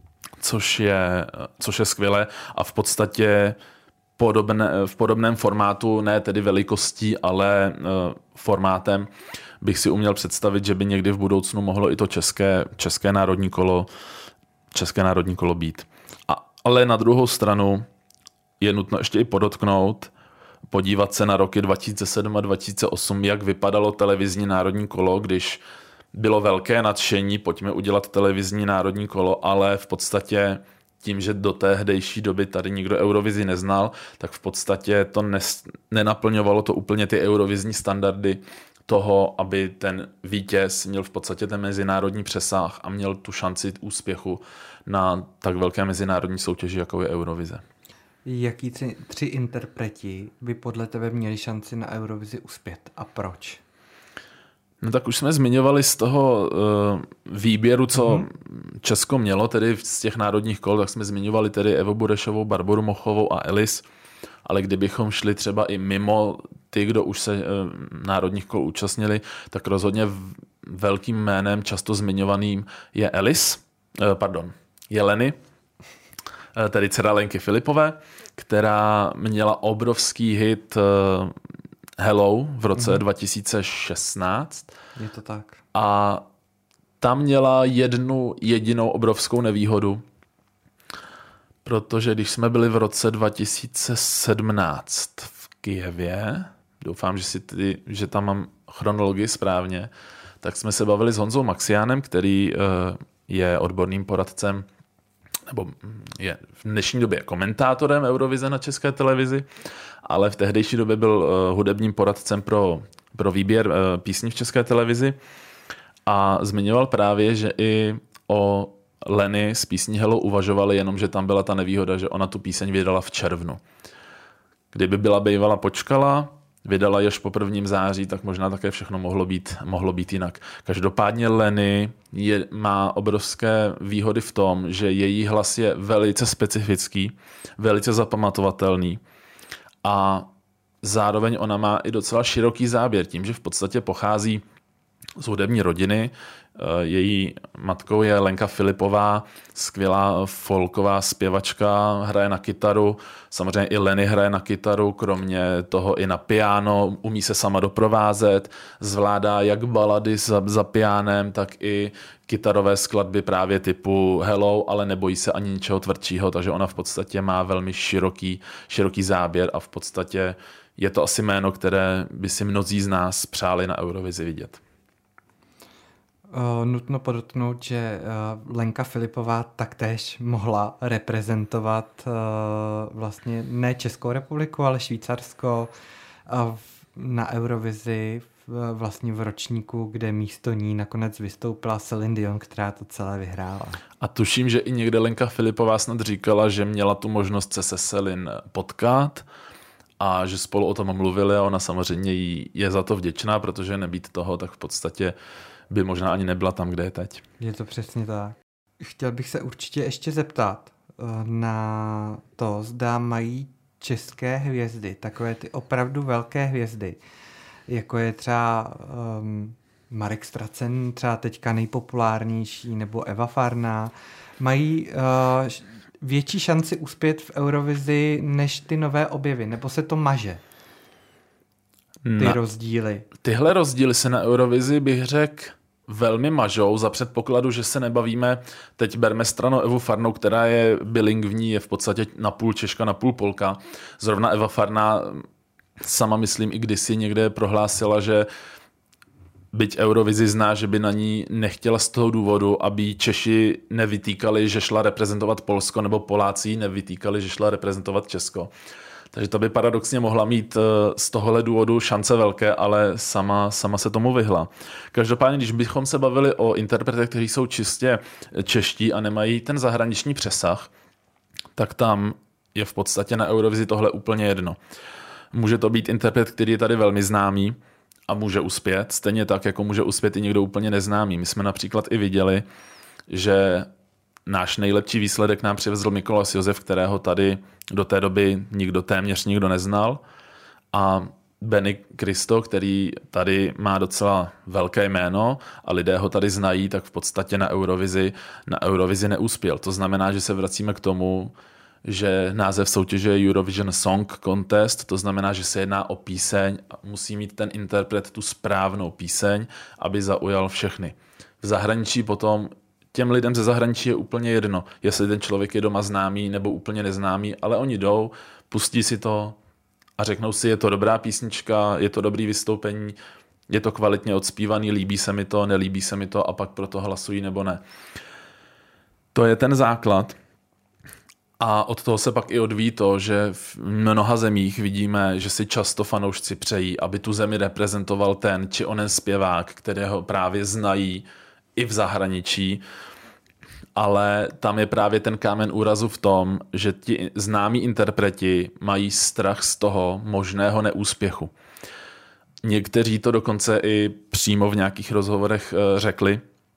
což je, což je skvělé a v podstatě podobné, v podobném formátu, ne tedy velikostí, ale formátem bych si uměl představit, že by někdy v budoucnu mohlo i to české, české národní kolo České národní kolo být. A, ale na druhou stranu je nutno ještě i podotknout, podívat se na roky dva tisíce sedm a dva tisíce osm, jak vypadalo televizní národní kolo, když bylo velké nadšení, pojďme udělat televizní národní kolo, ale v podstatě tím, že do tehdejší doby tady nikdo Eurovizi neznal, tak v podstatě to nes, nenaplňovalo to úplně ty eurovizní standardy toho, aby ten vítěz měl v podstatě ten mezinárodní přesah a měl tu šanci úspěchu na tak velké mezinárodní soutěži, jako je Eurovize. Jaký tři, tři interpreti by podle tebe měli šanci na Eurovizi uspět a proč? No tak už jsme zmiňovali z toho uh, výběru, co mm-hmm. Česko mělo, tedy z těch národních kol, tak jsme zmiňovali tedy Evu Burešovou, Barboru Mochovou a Elis, ale kdybychom šli třeba i mimo ty, kdo už se uh, národních kol účastnili, tak rozhodně velkým jménem, často zmiňovaným je Elis, uh, pardon, Jeleny, uh, tedy dcera Lenky Filipové, která měla obrovský hit uh, Hello v roce mm-hmm. dva tisíce šestnáct. Je to tak. A tam měla jednu jedinou obrovskou nevýhodu, protože když jsme byli v roce dva tisíce sedmnáct v Kyjevě, doufám, že, si ty, že tam mám chronologii správně, tak jsme se bavili s Honzou Maxiánem, který uh, je odborným poradcem, nebo je v dnešní době komentátorem Eurovize na České televizi, ale v tehdejší době byl uh, hudebním poradcem pro, pro výběr uh, písní v České televizi a zmiňoval právě, že i o Leny z písní Hello uvažovali, jenom že tam byla ta nevýhoda, že ona tu píseň vydala v červnu. Kdyby byla bývala počkala, vydala již po prvním září, tak možná také všechno mohlo být, mohlo být jinak. Každopádně Leny je, má obrovské výhody v tom, že její hlas je velice specifický, velice zapamatovatelný a zároveň ona má i docela široký záběr tím, že v podstatě pochází z hudební rodiny. Její matkou je Lenka Filipová, skvělá folková zpěvačka, hraje na kytaru. Samozřejmě i Leny hraje na kytaru, kromě toho i na piano, umí se sama doprovázet, zvládá jak balady za, za pianem, tak i kytarové skladby právě typu Hello, ale nebojí se ani ničeho tvrdšího, takže ona v podstatě má velmi široký, široký záběr a v podstatě je to asi jméno, které by si mnozí z nás přáli na Eurovizi vidět. Uh, nutno podotknout, že uh, Lenka Filipová taktéž mohla reprezentovat uh, vlastně ne Českou republiku, ale Švýcarsko uh, na Eurovizi v, vlastně v ročníku, kde místo ní nakonec vystoupila Celine Dion, která to celé vyhrála. A tuším, že i někde Lenka Filipová snad říkala, že měla tu možnost se se Celine potkat a že spolu o tom mluvili a ona samozřejmě jí je za to vděčná, protože nebýt toho, tak v podstatě by možná ani nebyla tam, kde je teď. Je to přesně tak. Chtěl bych se určitě ještě zeptat na to, zda mají české hvězdy, takové ty opravdu velké hvězdy, jako je třeba um, Marek Stracen, třeba teďka nejpopulárnější, nebo Eva Farná, mají uh, větší šanci uspět v Eurovizi než ty nové objevy, nebo se to maže? Ty na, rozdíly. Tyhle rozdíly se na Eurovizi bych řekl velmi mažou za předpokladu, že se nebavíme, teď berme stranu Evu Farnou, která je bilingvní, je v podstatě napůl Češka, napůl Polka. Zrovna Eva Farná sama myslím i kdysi někde prohlásila, že byť Eurovizi zná, že by na ní nechtěla z toho důvodu, aby Češi nevytýkali, že šla reprezentovat Polsko, nebo Poláci nevytýkali, že šla reprezentovat Česko. Takže ta by paradoxně mohla mít z tohohle důvodu šance velké, ale sama, sama se tomu vyhla. Každopádně, když bychom se bavili o interpretech, kteří jsou čistě čeští a nemají ten zahraniční přesah, tak tam je v podstatě na Eurovizi tohle úplně jedno. Může to být interpret, který je tady velmi známý a může uspět, stejně tak, jako může uspět i někdo úplně neznámý. My jsme například i viděli, že náš nejlepší výsledek nám přivezl Mikolas Josef, kterého tady do té doby nikdo téměř nikdo neznal. A Benny Cristo, který tady má docela velké jméno a lidé ho tady znají, tak v podstatě na Eurovizi, na Eurovizi neuspěl. To znamená, že se vracíme k tomu, že název soutěže je Eurovision Song Contest, to znamená, že se jedná o píseň a musí mít ten interpret tu správnou píseň, aby zaujal všechny. V zahraničí potom těm lidem ze zahraničí je úplně jedno, jestli ten člověk je doma známý nebo úplně neznámý, ale oni jdou, pustí si to a řeknou si, je to dobrá písnička, je to dobrý vystoupení, je to kvalitně odspívaný, líbí se mi to, nelíbí se mi to a pak pro to hlasují nebo ne. To je ten základ. A od toho se pak i odvíjí to, že v mnoha zemích vidíme, že si často fanoušci přejí, aby tu zemi reprezentoval ten či onen zpěvák, kterého právě znají i v zahraničí, ale tam je právě ten kámen úrazu v tom, že ti známí interpreti mají strach z toho možného neúspěchu. Někteří to dokonce i přímo v nějakých rozhovorech řekli,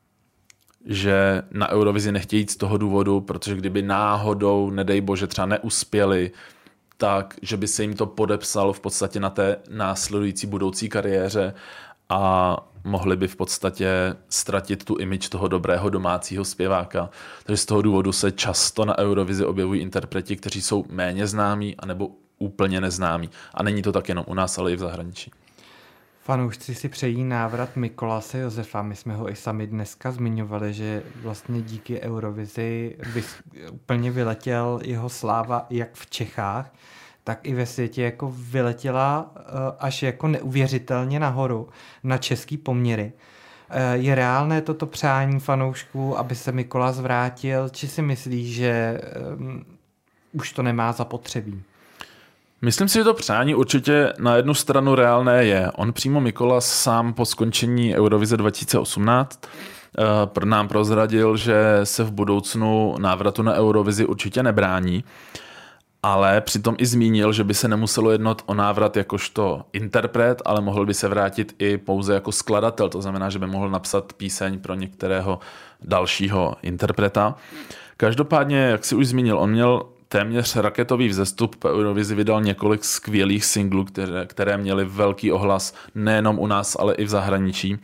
že na Eurovizi nechtějí jít z toho důvodu, protože kdyby náhodou, nedej bože, třeba neuspěli, tak, že by se jim to podepsalo v podstatě na té následující budoucí kariéře a mohli by v podstatě ztratit tu image toho dobrého domácího zpěváka. Takže z toho důvodu se často na Eurovizi objevují interpreti, kteří jsou méně známí anebo úplně neznámí. A není to tak jenom u nás, ale i v zahraničí. Fanoušci si přejí návrat Mikolase Josefa. My jsme ho i sami dneska zmiňovali, že vlastně díky Eurovizi by úplně vyletěl jeho sláva jak v Čechách, tak i ve světě jako vyletěla až jako neuvěřitelně nahoru na český poměry. Je reálné toto přání fanoušků, aby se Mikolas vrátil, či si myslí, že um, už to nemá zapotřebí? Myslím si, že to přání určitě na jednu stranu reálné je. On přímo Mikolas sám po skončení Eurovize dva tisíce osmnáct uh, nám prozradil, že se v budoucnu návratu na Eurovizi určitě nebrání, ale přitom i zmínil, že by se nemuselo jednat o návrat jakožto interpret, ale mohl by se vrátit i pouze jako skladatel, to znamená, že by mohl napsat píseň pro některého dalšího interpreta. Každopádně, jak si už zmínil, on měl téměř raketový vzestup, po Eurovizi vydal několik skvělých singlů, které, které měly velký ohlas nejenom u nás, ale i v zahraničí.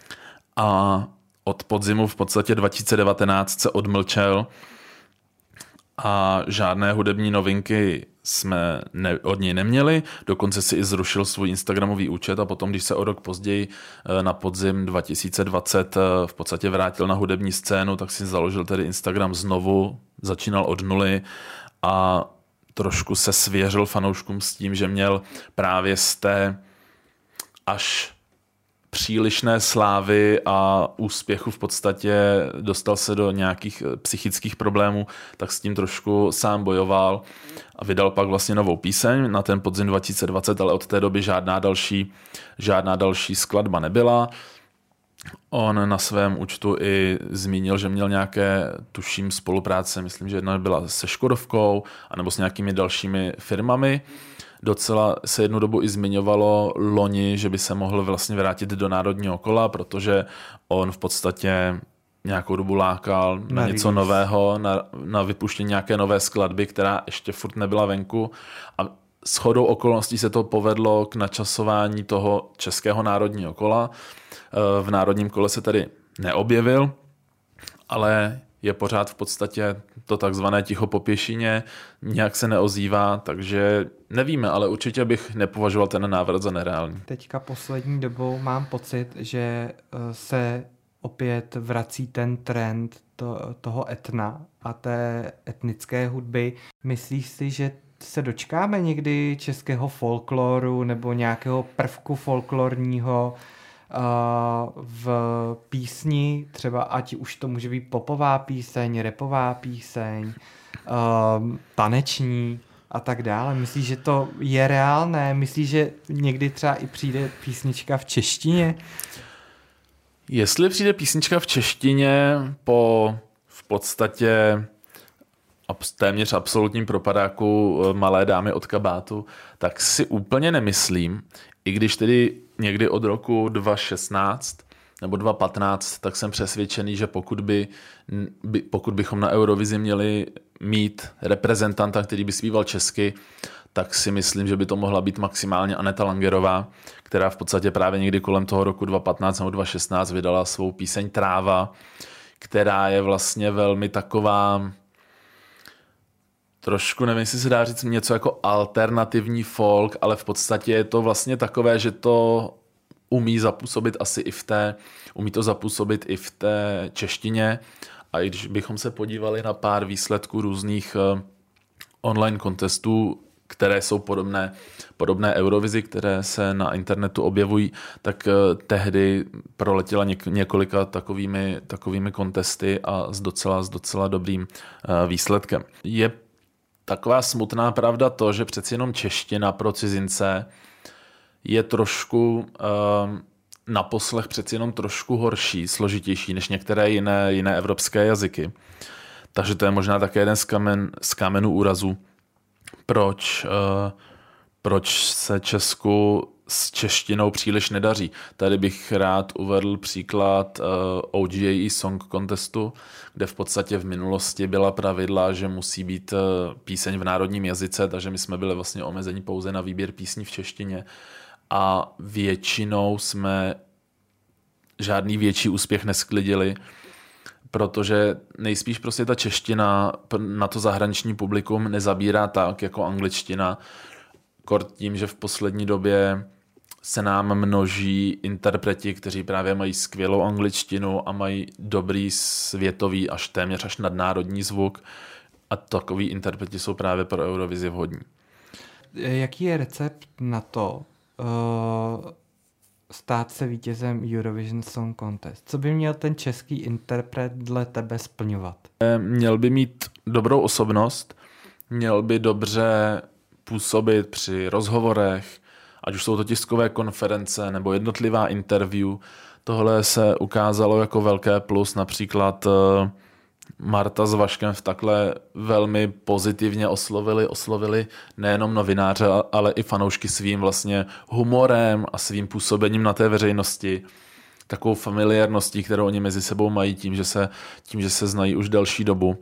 A od podzimu v podstatě dva tisíce devatenáct se odmlčel a žádné hudební novinky jsme ne, od něj neměli, dokonce si i zrušil svůj instagramový účet a potom, když se o rok později na podzim dva tisíce dvacet v podstatě vrátil na hudební scénu, tak si založil tedy Instagram znovu, začínal od nuly a trošku se svěřil fanouškům s tím, že měl právě z té až přílišné slávy a úspěchu v podstatě dostal se do nějakých psychických problémů, tak s tím trošku sám bojoval a vydal pak vlastně novou píseň na ten podzim dva tisíce dvacet, ale od té doby žádná další, žádná další skladba nebyla. On na svém účtu i zmínil, že měl nějaké, tuším, spolupráce, myslím, že jedna byla se Škodovkou anebo s nějakými dalšími firmami. Docela se jednu dobu i zmiňovalo loni, že by se mohl vlastně vrátit do národního kola, protože on v podstatě nějakou dobu lákal na, na něco nového, na, na vypuštění nějaké nové skladby, která ještě furt nebyla venku. A shodou okolností se to povedlo k načasování toho českého národního kola. V národním kole se tedy neobjevil, ale je pořád v podstatě to takzvané ticho po pěšině, nějak se neozývá, takže nevíme, ale určitě bych nepovažoval ten návrat za nereálný. Teďka poslední dobou mám pocit, že se opět vrací ten trend to, toho etna a té etnické hudby. Myslíš si, že se dočkáme někdy českého folkloru nebo nějakého prvku folklorního v písni, třeba ať už to může být popová píseň, rapová píseň, taneční a tak dále. Myslíš, že to je reálné? Myslíš, že někdy třeba i přijde písnička v češtině? Jestli přijde písnička v češtině po v podstatě téměř absolutním propadáku Malé dámy od kabátu, tak si úplně nemyslím, i když tedy někdy od roku dva tisíce šestnáct nebo dva tisíce patnáct, tak jsem přesvědčený, že pokud, by, by, pokud bychom na Eurovizi měli mít reprezentanta, který by zpíval česky, tak si myslím, že by to mohla být maximálně Aneta Langerová, která v podstatě právě někdy kolem toho roku dva tisíce patnáct nebo dva tisíce šestnáct vydala svou píseň Tráva, která je vlastně velmi taková, trošku, nevím, jestli se dá říct něco jako alternativní folk, ale v podstatě je to vlastně takové, že to umí zapůsobit asi i v té, umí to zapůsobit i v té češtině. A i když bychom se podívali na pár výsledků různých uh, online contestů, které jsou podobné, podobné Eurovizi, které se na internetu objevují, tak uh, tehdy proletěla něk- několika takovými, takovými kontesty a s docela, s docela dobrým uh, výsledkem. Je taková smutná pravda to, že přeci jenom čeština pro cizince je trošku uh, na poslech přeci jenom trošku horší, složitější než některé jiné, jiné evropské jazyky. Takže to je možná také jeden z, kamen, z kamenů úrazu, proč, uh, proč se Česku s češtinou příliš nedaří. Tady bych rád uvedl příklad uh, O G A E Song Contestu, kde v podstatě v minulosti byla pravidla, že musí být uh, píseň v národním jazyce, takže my jsme byli vlastně omezeni pouze na výběr písní v češtině a většinou jsme žádný větší úspěch nesklidili, protože nejspíš prostě ta čeština na to zahraniční publikum nezabírá tak jako angličtina, kort tím, že v poslední době se nám množí interpreti, kteří právě mají skvělou angličtinu a mají dobrý světový až téměř až nadnárodní zvuk a takový interpreti jsou právě pro Eurovizi vhodní. Jaký je recept na to uh, stát se vítězem Eurovision Song Contest? Co by měl ten český interpret dle tebe splňovat? Měl by mít dobrou osobnost, měl by dobře působit při rozhovorech, ať už jsou to tiskové konference nebo jednotlivá interview. Tohle se ukázalo jako velké plus, například Marta s Vaškem v takhle velmi pozitivně oslovili, oslovili nejenom novináře, ale i fanoušky svým vlastně humorem a svým působením na té veřejnosti, takovou familiárností, kterou oni mezi sebou mají tím, že se, tím, že se znají už delší dobu.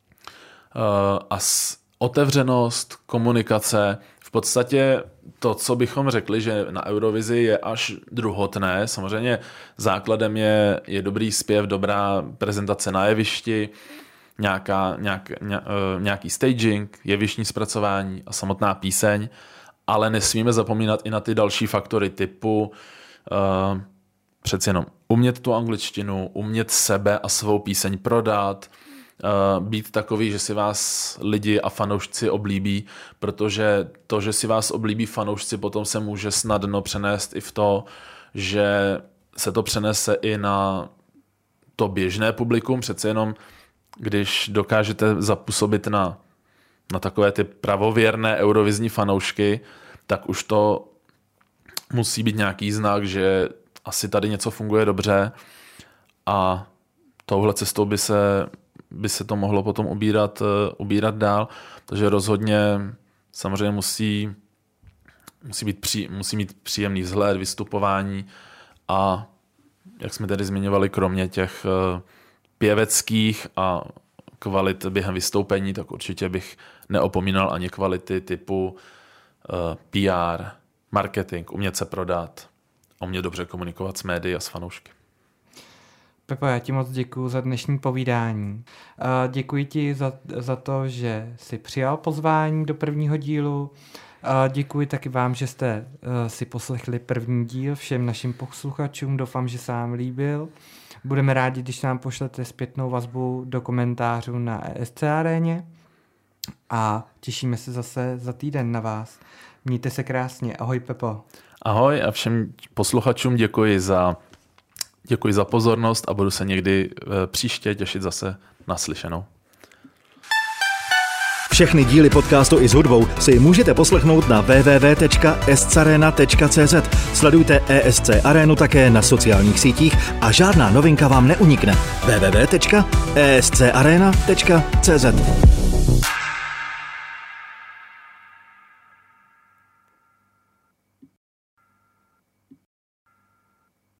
A otevřenost, komunikace, v podstatě to, co bychom řekli, že na Eurovizi je až druhotné. Samozřejmě základem je, je dobrý zpěv, dobrá prezentace na jevišti, nějaká, nějak, ně, nějaký staging, jevištní zpracování a samotná píseň, ale nesmíme zapomínat i na ty další faktory typu uh, přeci jenom umět tu angličtinu, umět sebe a svou píseň prodat, Uh, být takový, že si vás lidi a fanoušci oblíbí, protože to, že si vás oblíbí fanoušci, potom se může snadno přenést i v to, že se to přenese i na to běžné publikum, přece jenom když dokážete zapůsobit na, na takové ty pravověrné eurovizní fanoušky, tak už to musí být nějaký znak, že asi tady něco funguje dobře a touhle cestou by se, by se to mohlo potom ubírat, ubírat dál. Takže rozhodně samozřejmě musí, musí, být pří, musí mít příjemný vzhled, vystupování a jak jsme tady zmiňovali, kromě těch pěveckých a kvalit během vystoupení, tak určitě bych neopomínal ani kvality typu P R, marketing, umět se prodat, umět dobře komunikovat s médií a s fanoušky. Pepo, já ti moc děkuji za dnešní povídání. Děkuji ti za, za to, že jsi přijal pozvání do prvního dílu. Děkuji taky vám, že jste si poslechli první díl, všem našim posluchačům. Doufám, že se vám líbil. Budeme rádi, když nám pošlete zpětnou vazbu do komentářů na E S C Aréně a těšíme se zase za týden na vás. Mějte se krásně. Ahoj, Pepo. Ahoj a všem posluchačům děkuji za, děkuji za pozornost a budu se někdy příště těšit zase na slyšenou. Všechny díly podcastu i s hudbou si můžete poslechnout na w w w tečka escarena tečka c z. Sledujte E S C Arénu také na sociálních sítích a žádná novinka vám neunikne. w w w tečka escarena tečka c z